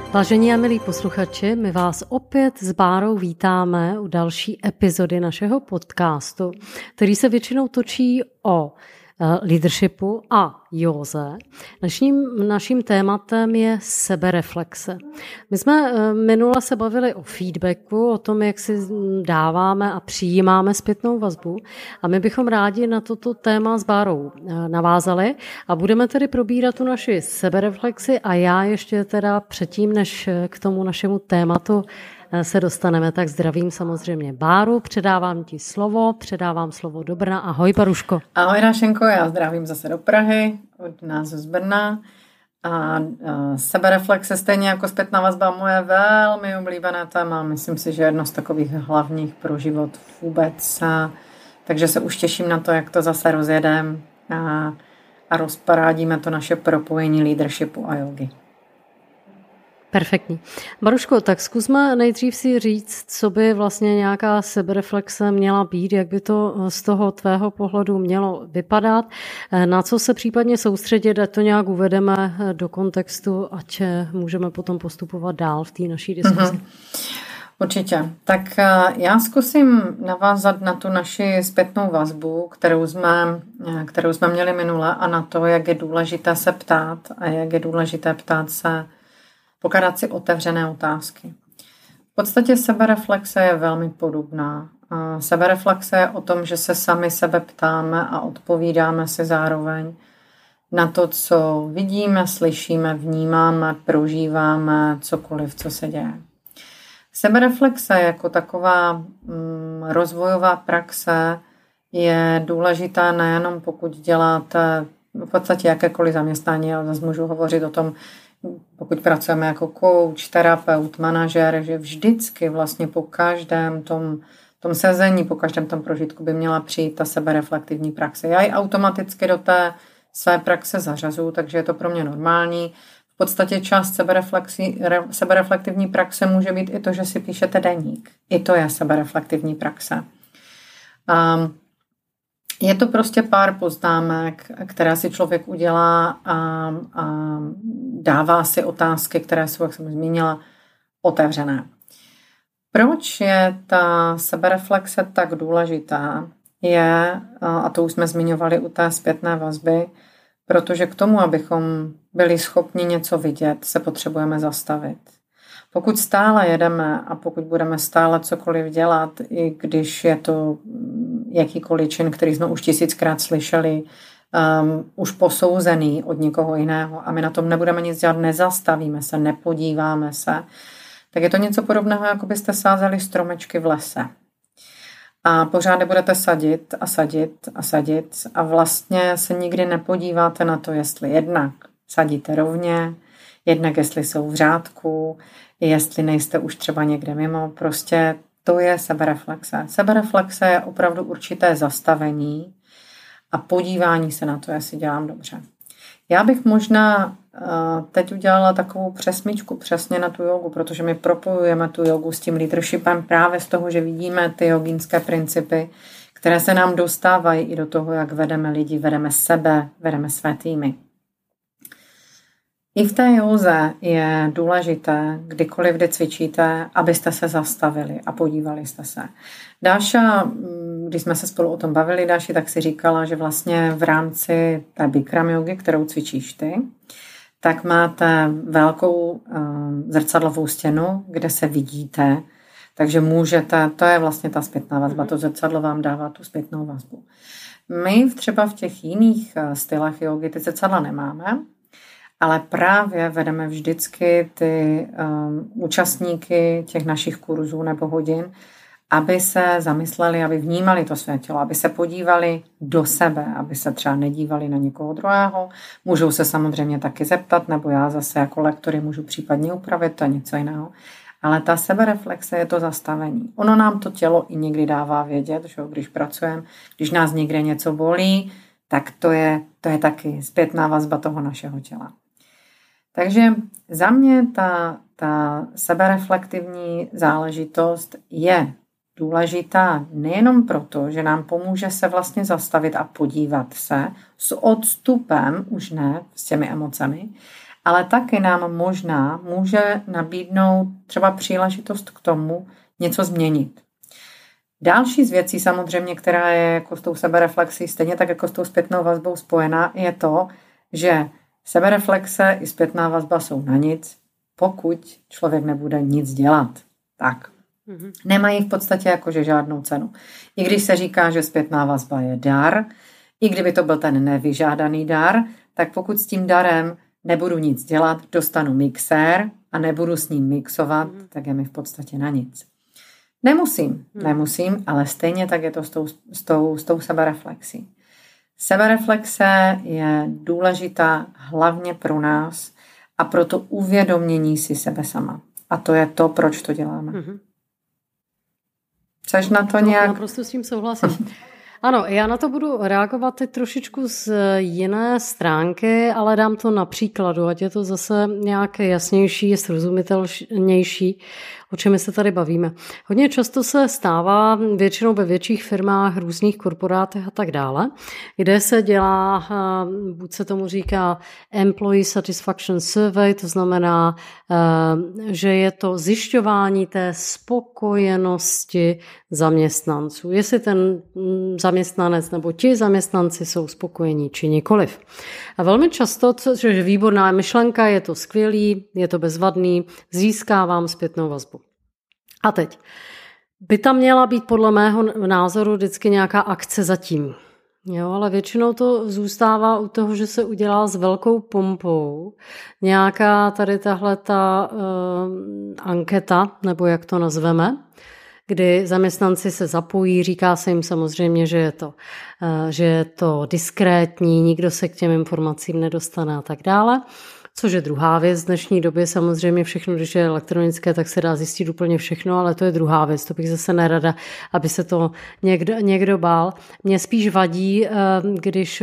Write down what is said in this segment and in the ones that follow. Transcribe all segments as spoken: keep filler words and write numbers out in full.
Vážení a milí posluchači, my vás opět s Bárou vítáme u další epizody našeho podcastu, který se většinou točí o leadershipu a józe. Naším, naším tématem je sebereflexe. My jsme minule se bavili o feedbacku, o tom, jak si dáváme a přijímáme zpětnou vazbu a my bychom rádi na toto téma s Bárou navázali a budeme tedy probírat tu naši sebereflexi a já ještě teda předtím, než k tomu našemu tématu se dostaneme, tak zdravím samozřejmě Báru, předávám ti slovo, předávám slovo do Brna. Ahoj, Baruško. Ahoj, Dášenko, já zdravím zase do Prahy, od nás z Brna. A, a sebereflexe stejně jako zpětná vazba moje velmi oblíbené téma. Myslím si, že jedno z takových hlavních pro život vůbec. A, takže se už těším na to, jak to zase rozjedem a, a rozparádíme to naše propojení leadershipu a jogy. Perfektní. Baruško, tak zkusme nejdřív si říct, co by vlastně nějaká sebereflexe měla být, jak by to z toho tvého pohledu mělo vypadat, na co se případně soustředit, ať to nějak uvedeme do kontextu, ať můžeme potom postupovat dál v té naší diskuzi. Mm-hmm. Určitě. Tak já zkusím navázat na tu naši zpětnou vazbu, kterou jsme, kterou jsme měli minule a na to, jak je důležité se ptát a jak je důležité ptát se pokládat si otevřené otázky. V podstatě sebereflexe je velmi podobná. Sebereflexe je o tom, že se sami sebe ptáme a odpovídáme si zároveň na to, co vidíme, slyšíme, vnímáme, prožíváme, cokoliv, co se děje. Sebereflexe jako taková mm, rozvojová praxe je důležitá nejenom pokud děláte v podstatě jakékoliv zaměstnání, ale zase můžu hovořit o tom, pokud pracujeme jako coach, terapeut, manažer, že vždycky vlastně po každém tom, tom sezení, po každém tom prožitku by měla přijít ta sebereflektivní praxe. Já ji automaticky do té své praxe zařazuju, takže je to pro mě normální. V podstatě část sebereflektivní praxe může být i to, že si píšete deník. I to je sebereflektivní praxe. Um, Je to prostě pár poznámek, které si člověk udělá a, a dává si otázky, které jsou, jak jsem zmínila, otevřené. Proč je ta sebereflexe tak důležitá? Je, a to už jsme zmiňovali u té zpětné vazby, protože k tomu, abychom byli schopni něco vidět, se potřebujeme zastavit. Pokud stále jedeme a pokud budeme stále cokoliv dělat, i když je to jakýkoliv čin, který jsme už tisíckrát slyšeli, um, už posouzený od někoho jiného a my na tom nebudeme nic dělat, nezastavíme se, nepodíváme se, tak je to něco podobného, jako byste sázeli stromečky v lese. A pořád budete sadit a sadit a sadit a vlastně se nikdy nepodíváte na to, jestli jednak sadíte rovně, jednak jestli jsou v řádku, jestli nejste už třeba někde mimo, prostě to je sebereflexe. Sebereflexe je opravdu určité zastavení a podívání se na to, jestli dělám dobře. Já bych možná uh, teď udělala takovou přesmičku přesně na tu jogu, protože my propojujeme tu jogu s tím leadershipem právě z toho, že vidíme ty jogínské principy, které se nám dostávají i do toho, jak vedeme lidi, vedeme sebe, vedeme své týmy. I v té józe je důležité, kdykoliv, kdy cvičíte, abyste se zastavili a podívali jste se. Dáša, když jsme se spolu o tom bavili, Dáši, tak si říkala, že vlastně v rámci té Bikram jogy, kterou cvičíš ty, tak máte velkou zrcadlovou stěnu, kde se vidíte, takže můžete, to je vlastně ta zpětná vazba, to zrcadlo vám dává tu zpětnou vazbu. My třeba v těch jiných stylech jogy ty zrcadla nemáme, ale právě vedeme vždycky ty um, účastníky těch našich kurzů nebo hodin, aby se zamysleli, aby vnímali to své tělo, aby se podívali do sebe, aby se třeba nedívali na někoho druhého. Můžou se samozřejmě taky zeptat, nebo já zase jako lektory můžu případně upravit, to je něco jiného. Ale ta sebereflexe je to zastavení. Ono nám to tělo i někdy dává vědět, že když pracujeme, když nás někde něco bolí, tak to je, to je taky zpětná vazba toho našeho těla. Takže za mě ta, ta sebereflektivní záležitost je důležitá nejenom proto, že nám pomůže se vlastně zastavit a podívat se s odstupem, už ne s těmi emocemi, ale taky nám možná může nabídnout třeba příležitost k tomu něco změnit. Další z věcí samozřejmě, která je jako s tou sebereflexí, stejně tak jako s tou zpětnou vazbou spojená, je to, že sebereflexe i zpětná vazba jsou na nic, pokud člověk nebude nic dělat. Tak. Mm-hmm. Nemají v podstatě jakože žádnou cenu. I když se říká, že zpětná vazba je dar, i kdyby to byl ten nevyžádaný dar, tak pokud s tím darem nebudu nic dělat, dostanu mixér a nebudu s ním mixovat, mm-hmm. tak je mi v podstatě na nic. Nemusím, mm. nemusím, ale stejně tak je to s tou, s tou, s tou sebereflexí. Sebereflexe je důležitá hlavně pro nás a pro to uvědomění si sebe sama. A to je to, proč to děláme. Mm-hmm. Chceš na to, to nějak? Naprosto s tím souhlasím. Ano, já na to budu reagovat teď trošičku z jiné stránky, ale dám to na příkladu, ať je to zase nějak jasnější, srozumitelnější, o čem se tady bavíme. Hodně často se stává, většinou ve větších firmách, různých korporátech a tak dále, kde se dělá, buď se tomu říká Employee Satisfaction Survey, to znamená, že je to zjišťování té spokojenosti zaměstnanců. Jestli ten zaměstnanec nebo ti zaměstnanci jsou spokojení či nikoliv. A velmi často, což je výborná myšlenka, je to skvělý, je to bezvadný, získávám zpětnou vazbu. A teď by tam měla být podle mého názoru vždycky nějaká akce zatím. Jo, ale většinou to zůstává u toho, že se udělá s velkou pompou nějaká tady tahle ta uh, anketa, nebo jak to nazveme, kdy zaměstnanci se zapojí, říká se jim samozřejmě, že je to, uh, že je to diskrétní, nikdo se k těm informacím nedostane a tak dále. Což je druhá věc. V dnešní době samozřejmě všechno, když je elektronické, tak se dá zjistit úplně všechno, ale to je druhá věc. To bych zase nerada, aby se to někdo, někdo bál. Mně spíš vadí, když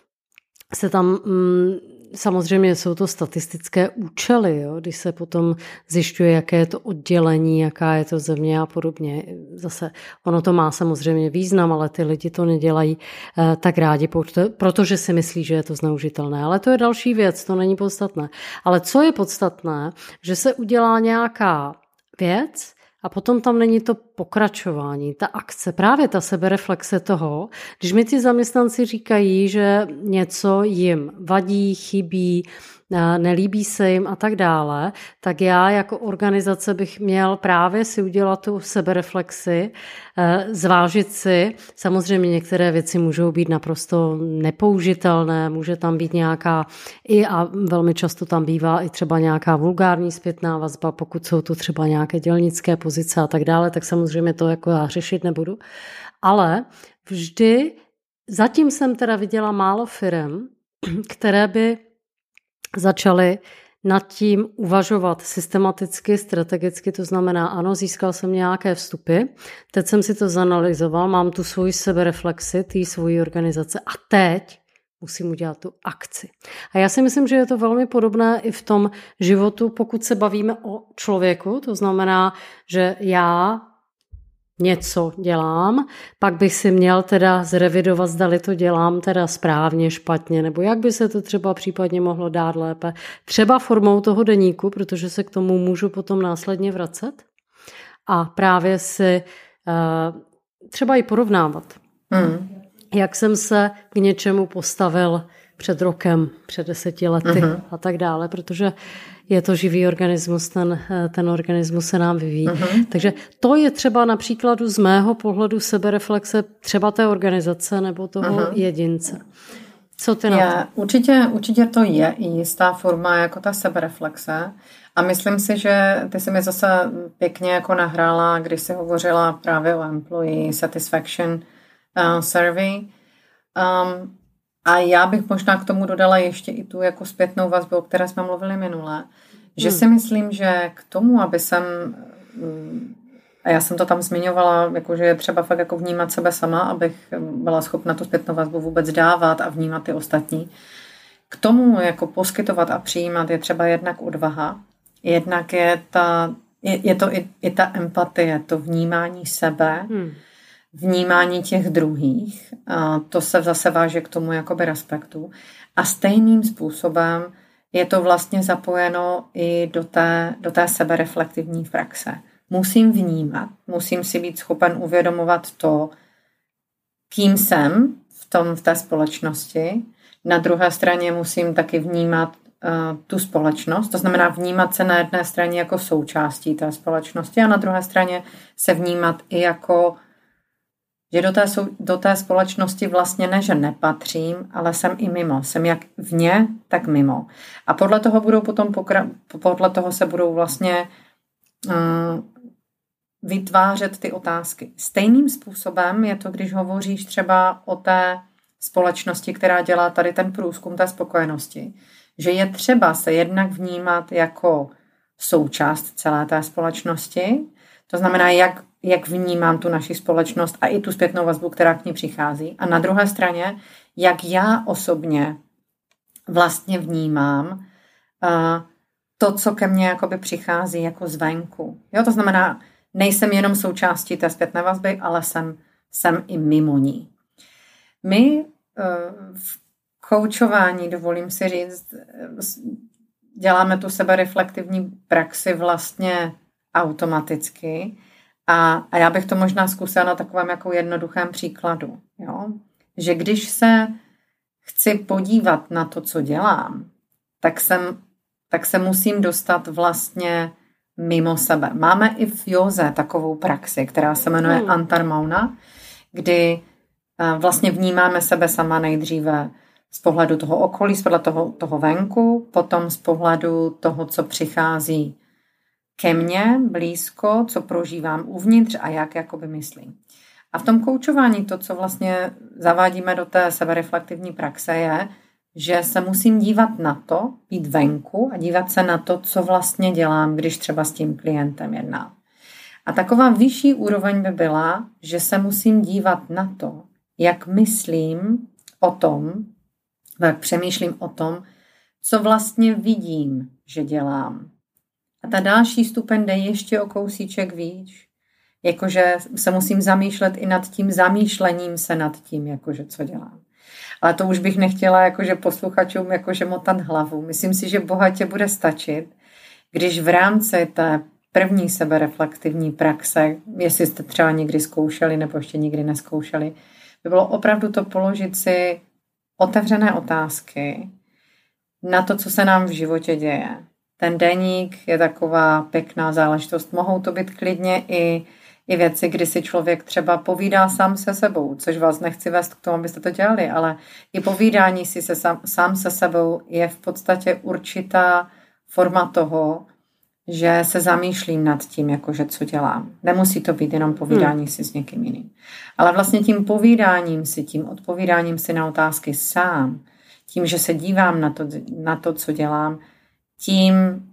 se tam, samozřejmě jsou to statistické účely, jo? Když se potom zjišťuje, jaké je to oddělení, jaká je to země a podobně. Zase ono to má samozřejmě význam, ale ty lidi to nedělají eh, tak rádi, protože si myslí, že je to zneužitelné. Ale to je další věc, to není podstatné. Ale co je podstatné, že se udělá nějaká věc, a potom tam není to pokračování, ta akce, právě ta sebereflexe toho, když mi ty zaměstnanci říkají, že něco jim vadí, chybí, nelíbí se jim a tak dále, tak já jako organizace bych měl právě si udělat tu sebereflexi, zvážit si, samozřejmě některé věci můžou být naprosto nepoužitelné, může tam být nějaká i a velmi často tam bývá i třeba nějaká vulgární zpětná vazba, pokud jsou to třeba nějaké dělnické pozice a tak dále, tak samozřejmě to jako já řešit nebudu. Ale vždy, zatím jsem teda viděla málo firem, které by začali nad tím uvažovat systematicky, strategicky, to znamená, ano, získal jsem nějaké vstupy, teď jsem si to zanalyzoval, mám tu svoji sebereflexi, ty svoji organizace a teď musím udělat tu akci. A já si myslím, že je to velmi podobné i v tom životu, pokud se bavíme o člověku, to znamená, že já něco dělám, pak bych si měl teda zrevidovat, zdali to dělám teda správně, špatně, nebo jak by se to třeba případně mohlo dát lépe. Třeba formou toho deníku, protože se k tomu můžu potom následně vracet a právě si uh, třeba i porovnávat. Mm. Jak jsem se k něčemu postavil před rokem, před deseti lety mm-hmm. a tak dále, protože je to živý organismus, ten, ten organismus se nám vyvíjí. Uh-huh. Takže to je třeba na příkladu z mého pohledu sebereflexe třeba té organizace nebo toho uh-huh. jedince. Co ty na je, to? Určitě, určitě to je i jistá forma jako ta sebereflexe a myslím si, že ty jsi mi zase pěkně jako nahrála, když jsi hovořila právě o Employee Satisfaction uh, Survey. Um, A já bych možná k tomu dodala ještě i tu jako zpětnou vazbu, o které jsme mluvili minule, že hmm. si myslím, že k tomu, aby jsem, a já jsem to tam zmiňovala, jako že je třeba fakt jako vnímat sebe sama, abych byla schopna tu zpětnou vazbu vůbec dávat a vnímat ty ostatní. K tomu jako poskytovat a přijímat je třeba jednak odvaha, jednak je, ta, je, je to i, i ta empatie, to vnímání sebe, hmm. vnímání těch druhých, a to se zase váže k tomu jakoby respektu. A stejným způsobem je to vlastně zapojeno i do té, do té sebereflektivní praxe. Musím vnímat, musím si být schopen uvědomovat to, kým jsem v, tom, v té společnosti. Na druhé straně musím taky vnímat uh, tu společnost, to znamená vnímat se na jedné straně jako součástí té společnosti a na druhé straně se vnímat i jako, že do té, do té společnosti vlastně ne, že nepatřím, ale jsem i mimo. Jsem jak vně, tak mimo. A podle toho budou potom pokra- podle toho se budou vlastně uh, vytvářet ty otázky. Stejným způsobem je to, když hovoříš třeba o té společnosti, která dělá tady ten průzkum té spokojenosti, že je třeba se jednak vnímat jako součást celé té společnosti, to znamená, jak, jak vnímám tu naši společnost a i tu zpětnou vazbu, která k ní přichází. A na druhé straně, jak já osobně vlastně vnímám uh, to, co ke mně jakoby přichází jako zvenku. Jo, to znamená, nejsem jenom součástí té zpětné vazby, ale jsem, jsem i mimo ní. My v koučování, dovolím si říct, děláme tu sebereflektivní praxi vlastně automaticky a, a já bych to možná zkusila na takovém jako jednoduchém příkladu. Jo? Že když se chci podívat na to, co dělám, tak, jsem, tak se musím dostat vlastně mimo sebe. Máme i v józe takovou praxi, která se jmenuje hmm. Antarmauna, kdy vlastně vnímáme sebe sama nejdříve z pohledu toho okolí, z pohledu toho, toho venku, potom z pohledu toho, co přichází ke mně blízko, co prožívám uvnitř a jak jakoby myslím. A v tom koučování to, co vlastně zavádíme do té sebereflektivní praxe, je, že se musím dívat na to, být venku a dívat se na to, co vlastně dělám, když třeba s tím klientem jednám. A taková vyšší úroveň by byla, že se musím dívat na to, jak myslím o tom, jak přemýšlím o tom, co vlastně vidím, že dělám. A ta další stupeň jde ještě o kousíček výš, jakože se musím zamýšlet i nad tím zamýšlením se nad tím, jakože co dělám. Ale to už bych nechtěla jakože posluchačům jakože motat hlavu. Myslím si, že bohatě bude stačit, když v rámci té první sebereflektivní praxe, jestli jste třeba někdy zkoušeli nebo ještě nikdy neskoušeli, by bylo opravdu to položit si otevřené otázky na to, co se nám v životě děje. Ten deník je taková pěkná záležitost. Mohou to být klidně i, i věci, kdy si člověk třeba povídá sám se sebou, což vás nechci vést k tomu, abyste to dělali, ale i povídání si se sám, sám se sebou je v podstatě určitá forma toho, že se zamýšlím nad tím, jakože co dělám. Nemusí to být jenom povídání hmm. si s někým jiným. Ale vlastně tím povídáním si, tím odpovídáním si na otázky sám, tím, že se dívám na to, na to co dělám, tím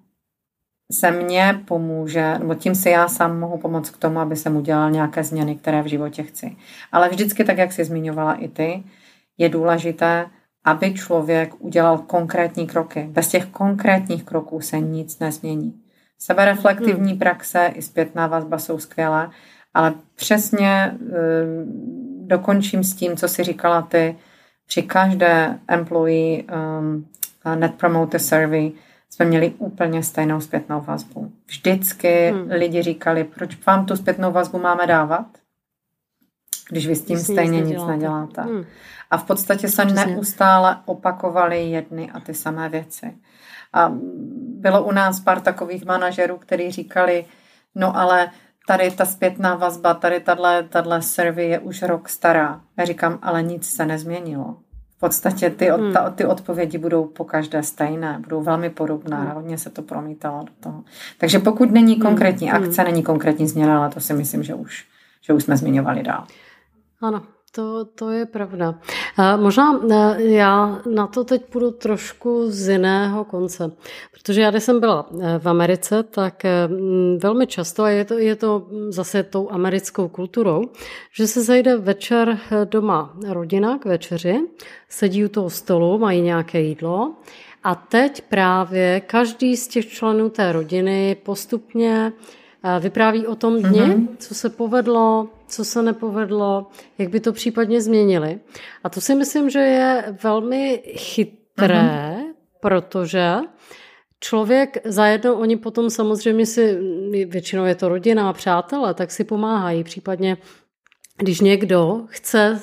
se mně pomůže, nebo tím se já sám mohu pomoct k tomu, aby jsem udělal nějaké změny, které v životě chci. Ale vždycky, tak jak jsi zmiňovala i ty, je důležité, aby člověk udělal konkrétní kroky. Bez těch konkrétních kroků se nic nezmění. Sebereflektivní hmm. praxe i zpětná vazba jsou skvělé, ale přesně e, dokončím s tím, co jsi říkala ty. Při každé employee um, Net Promoter Survey jsme měli úplně stejnou zpětnou vazbu. Vždycky hmm. lidi říkali, proč vám tu zpětnou vazbu máme dávat, když vy s tím Myslím, stejně nic neděláte. neděláte. Hmm. A v podstatě se Přesně. neustále opakovaly jedny a ty samé věci. A bylo u nás pár takových manažerů, kteří říkali, no ale tady ta zpětná vazba, tady tahle survey je už rok stará. Já říkám, ale nic se nezměnilo. V podstatě ty, od, ta, ty odpovědi budou pokaždé stejné, budou velmi podobné, hmm. hodně se to promítalo do toho. Takže pokud není konkrétní hmm. akce, není konkrétní změna, ale to si myslím, že už, že už jsme zmiňovali dál. Ano. To, to je pravda. Možná já na to teď půjdu trošku z jiného konce, protože já, když jsem byla v Americe, tak velmi často, a je to, je to zase tou americkou kulturou, že se zajde večer doma rodina k večeři, sedí u toho stolu, mají nějaké jídlo a teď právě každý z těch členů té rodiny postupně vypráví o tom dni, mm-hmm. co se povedlo, co se nepovedlo, jak by to případně změnili. A to si myslím, že je velmi chytré mm-hmm. protože člověk zajedno, oni potom samozřejmě si, většinou je to rodina a přátelé, tak si pomáhají. Případně, když někdo chce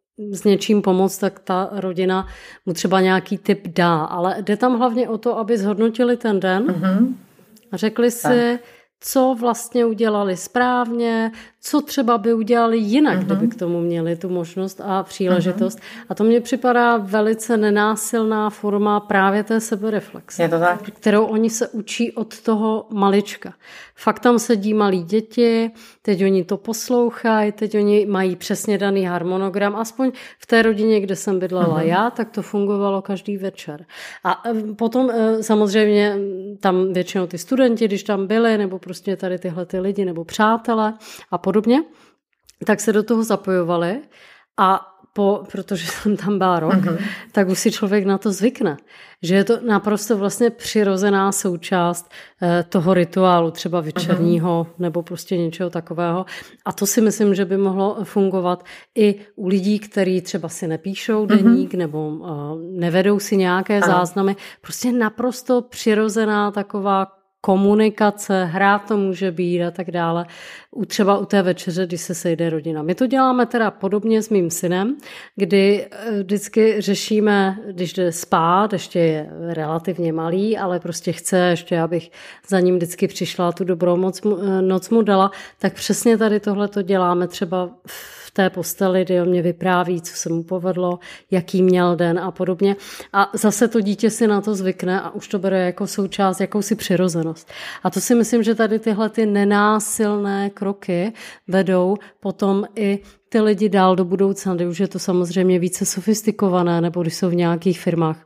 s něčím pomoct, tak ta rodina mu třeba nějaký tip dá. Ale jde tam hlavně o to, aby zhodnotili ten den mm-hmm. a řekli si, tak. co vlastně udělali správně, co třeba by udělali jinak, mm-hmm. kdyby k tomu měli tu možnost a příležitost. Mm-hmm. A to mně připadá velice nenásilná forma právě té sebereflexe, je to tak? Kterou oni se učí od toho malička. Fakt tam sedí malí děti, teď oni to poslouchají, teď oni mají přesně daný harmonogram. Aspoň v té rodině, kde jsem bydlela mm-hmm. já, tak to fungovalo každý večer. A potom samozřejmě tam většinou ty studenti, když tam byli, nebo prostě tady tyhle ty lidi, nebo přátelé a podobně, tak se do toho zapojovali a po, protože jsem tam byla rok, mm-hmm. tak už si člověk na to zvykne. Že je to naprosto vlastně přirozená součást eh, toho rituálu, třeba večerního mm-hmm. nebo prostě něčeho takového. A to si myslím, že by mohlo fungovat i u lidí, kteří třeba si nepíšou deník mm-hmm. nebo uh, nevedou si nějaké ano. záznamy. Prostě naprosto přirozená taková komunikace, hrát to může být a tak dále. U třeba u té večeře, když se sejde rodina. My to děláme teda podobně s mým synem, kdy vždycky řešíme, když jde spát, ještě je relativně malý, ale prostě chce ještě, abych za ním vždycky přišla, tu dobrou moc, noc mu dala, tak přesně tady tohle to děláme třeba v té posteli, kdy on mě vypráví, co se mu povedlo, jaký měl den a podobně. A zase to dítě si na to zvykne a už to bere jako součást, jakousi přirozenost. A to si myslím, že tady tyhle ty nenásilné kroky vedou potom i ty lidi dál do budoucna, kdy už je to samozřejmě více sofistikované, nebo když jsou v nějakých firmách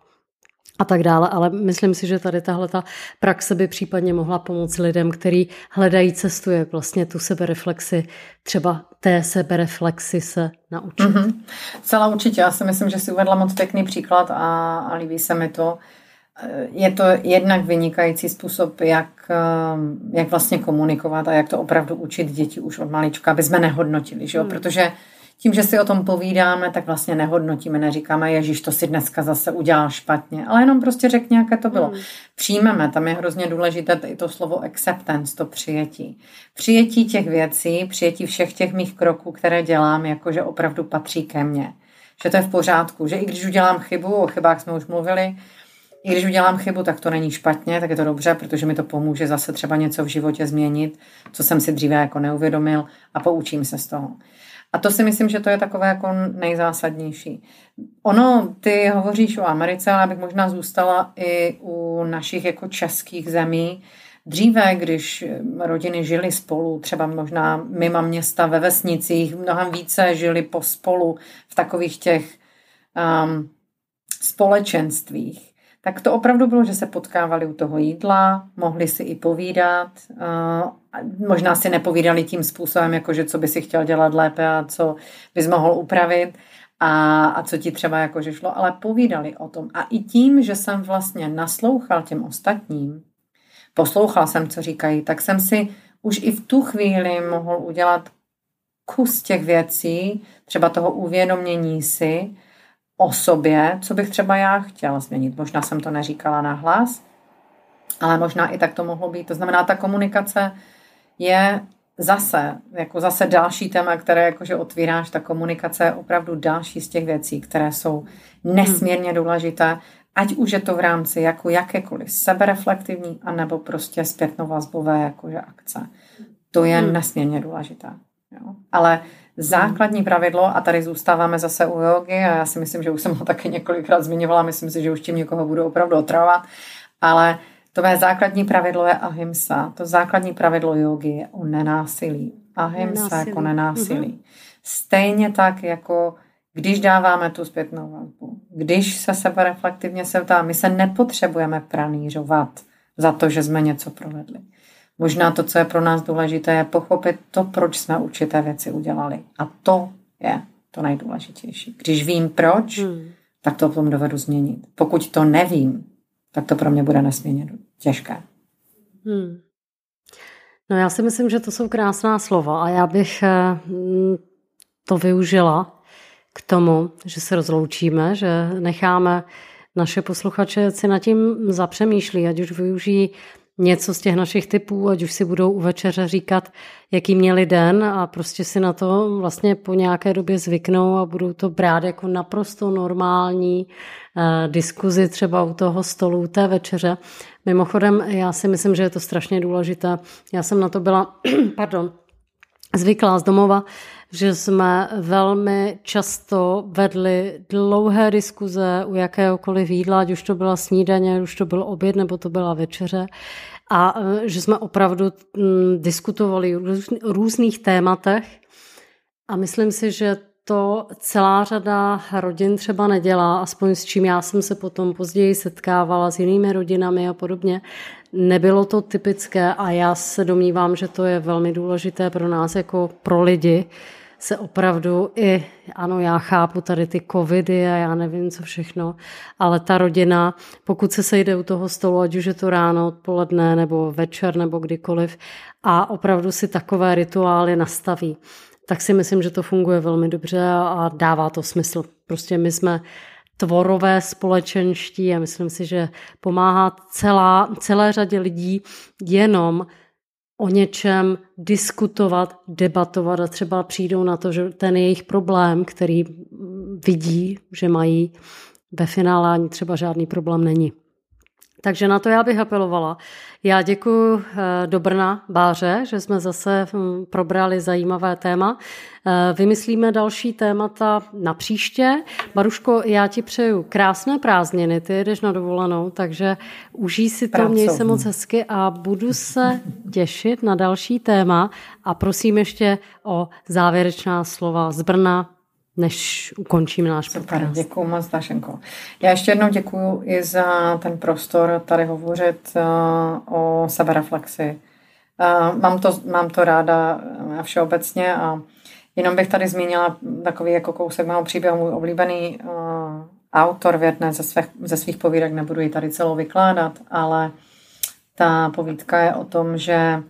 a tak dále, ale myslím si, že tady tahle ta praxe by případně mohla pomoct lidem, kteří hledají cestu, jak vlastně tu sebereflexi, třeba té sebereflexi se naučit. Mm-hmm. Celá určitě, já si myslím, že si uvedla moc pěkný příklad a, a líbí se mi to. Je to jednak vynikající způsob, jak, jak vlastně komunikovat a jak to opravdu učit děti už od malička, aby jsme nehodnotili, že jo? Mm. Protože tím, že si o tom povídáme, tak vlastně nehodnotíme, neříkáme, ježiš, to si dneska zase udělal špatně, ale jenom prostě řekni, jaké to bylo. Mm. Přijmeme, tam je hrozně důležité i to slovo acceptance, to přijetí. Přijetí těch věcí, přijetí všech těch mých kroků, které dělám, jakože opravdu patří ke mně. Že to je v pořádku, že i když udělám chybu, o chybách jsme už mluvili, i když udělám chybu, tak to není špatně, tak je to dobře, protože mi to pomůže zase třeba něco v životě změnit, co jsem si dříve jako neuvědomil a poučím se z toho. A to si myslím, že to je takové jako nejzásadnější. Ono, ty hovoříš o Americe, ale bych možná zůstala i u našich jako českých zemí. Dříve, když rodiny žily spolu, třeba možná mimo města ve vesnicích, mnohem více žili pospolu v takových těch um, společenstvích, tak to opravdu bylo, že se potkávali u toho jídla, mohli si i povídat, možná si nepovídali tím způsobem, jakože co by si chtěl dělat lépe a co bys mohl upravit a, a co ti třeba jakože šlo, ale povídali o tom. A i tím, že jsem vlastně naslouchal těm ostatním, poslouchal jsem, co říkají, tak jsem si už i v tu chvíli mohl udělat kus těch věcí, třeba toho uvědomění si, o sobě, co bych třeba já chtěla změnit. Možná jsem to neříkala nahlas, ale možná i tak to mohlo být. To znamená, ta komunikace je zase, jako zase další téma, které jakože otvíráš, ta komunikace je opravdu další z těch věcí, které jsou nesmírně důležité, ať už je to v rámci jako jakékoliv sebereflektivní, anebo prostě zpětnovazbové jakože akce. To je hmm. nesmírně důležité. Jo? Ale základní pravidlo, a tady zůstáváme zase u jógy, a já si myslím, že už jsem ho taky několikrát zmiňovala, myslím si, že už tím někoho budu opravdu otravovat, ale to mé základní pravidlo je ahimsa. To základní pravidlo jógy je o nenásilí. Ahimsa nenásilí. Jako nenásilí. Mm-hmm. Stejně tak, jako když dáváme tu zpětnou vazbu, když se sebereflektivně se ptáme, my se nepotřebujeme pranířovat za to, že jsme něco provedli. Možná to, co je pro nás důležité, je pochopit to, proč jsme určité věci udělali. A to je to nejdůležitější. Když vím proč, hmm. tak to potom dovedu změnit. Pokud to nevím, tak to pro mě bude nesmírně těžké. Hmm. No já si myslím, že to jsou krásná slova a já bych to využila k tomu, že se rozloučíme, že necháme naše posluchače si nad tím zapřemýšlí, ať už využijí něco z těch našich typů, ať už si budou u večeře říkat, jaký měli den a prostě si na to vlastně po nějaké době zvyknou a budou to brát jako naprosto normální eh, diskuzi třeba u toho stolu, té večeře. Mimochodem, já si myslím, že je to strašně důležité. Já jsem na to byla, pardon, zvyklá z domova, že jsme velmi často vedli dlouhé diskuze u jakéhokoliv jídla, ať už to byla snídaně, už to byl oběd, nebo to byla večeře. A že jsme opravdu diskutovali o různých tématech. A myslím si, že to celá řada rodin třeba nedělá, aspoň s čím já jsem se potom později setkávala s jinými rodinami a podobně. Nebylo to typické a já se domnívám, že to je velmi důležité pro nás jako pro lidi, se opravdu i, ano, já chápu tady ty covidy a já nevím, co všechno, ale ta rodina, pokud se sejde u toho stolu, ať už je to ráno, odpoledne nebo večer nebo kdykoliv a opravdu si takové rituály nastaví, tak si myslím, že to funguje velmi dobře a dává to smysl. Prostě my jsme tvorové společenští a myslím si, že pomáhá celá, celé řadě lidí jenom o něčem diskutovat, debatovat a třeba přijdou na to, že ten jejich problém, který vidí, že mají, ve finále ani třeba žádný problém není. Takže na to já bych apelovala. Já děkuji do Brna Báře, že jsme zase probrali zajímavé téma. Vymyslíme další témata na příště. Baruško, já ti přeju krásné prázdniny, ty jedeš na dovolenou, takže užij si to, Pracovní. Měj se moc hezky a budu se těšit na další téma a prosím ještě o závěrečná slova z Brna, než ukončíme náš Super, podcast. Děkuju moc, Dášenko. Já ještě jednou děkuju i za ten prostor tady hovořit uh, o sebereflexi. Uh, mám, to, mám to ráda uh, všeobecně a jenom bych tady zmínila takový jako kousek mého příběhu. Můj oblíbený uh, autor v jedné ze svých, ze svých povídek, nebudu ji tady celou vykládat, ale ta povídka je o tom, že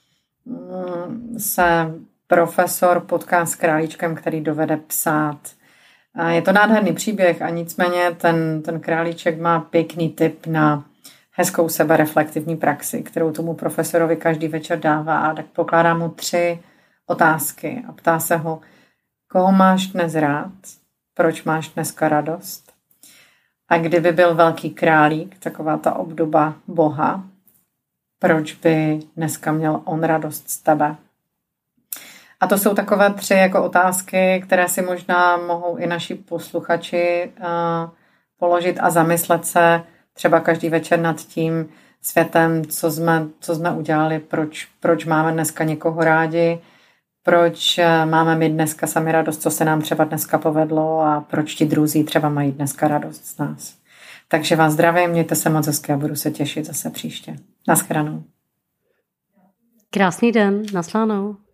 um, se profesor potká s králíčkem, který dovede psát. A je to nádherný příběh a nicméně ten, ten králíček má pěkný tip na hezkou sebereflektivní praxi, kterou tomu profesorovi každý večer dává a tak pokládá mu tři otázky a ptá se ho, koho máš dnes rád, proč máš dneska radost a kdyby byl velký králík, taková ta obdoba Boha, proč by dneska měl on radost z tebe. A to jsou takové tři jako otázky, které si možná mohou i naši posluchači uh, položit a zamyslet se třeba každý večer nad tím světem, co jsme, co jsme udělali, proč, proč máme dneska někoho rádi, proč máme my dneska sami radost, co se nám třeba dneska povedlo a proč ti druzí třeba mají dneska radost z nás. Takže vás zdravím, mějte se moc hezky a budu se těšit zase příště. Naschledanou. Krásný den, naslánou.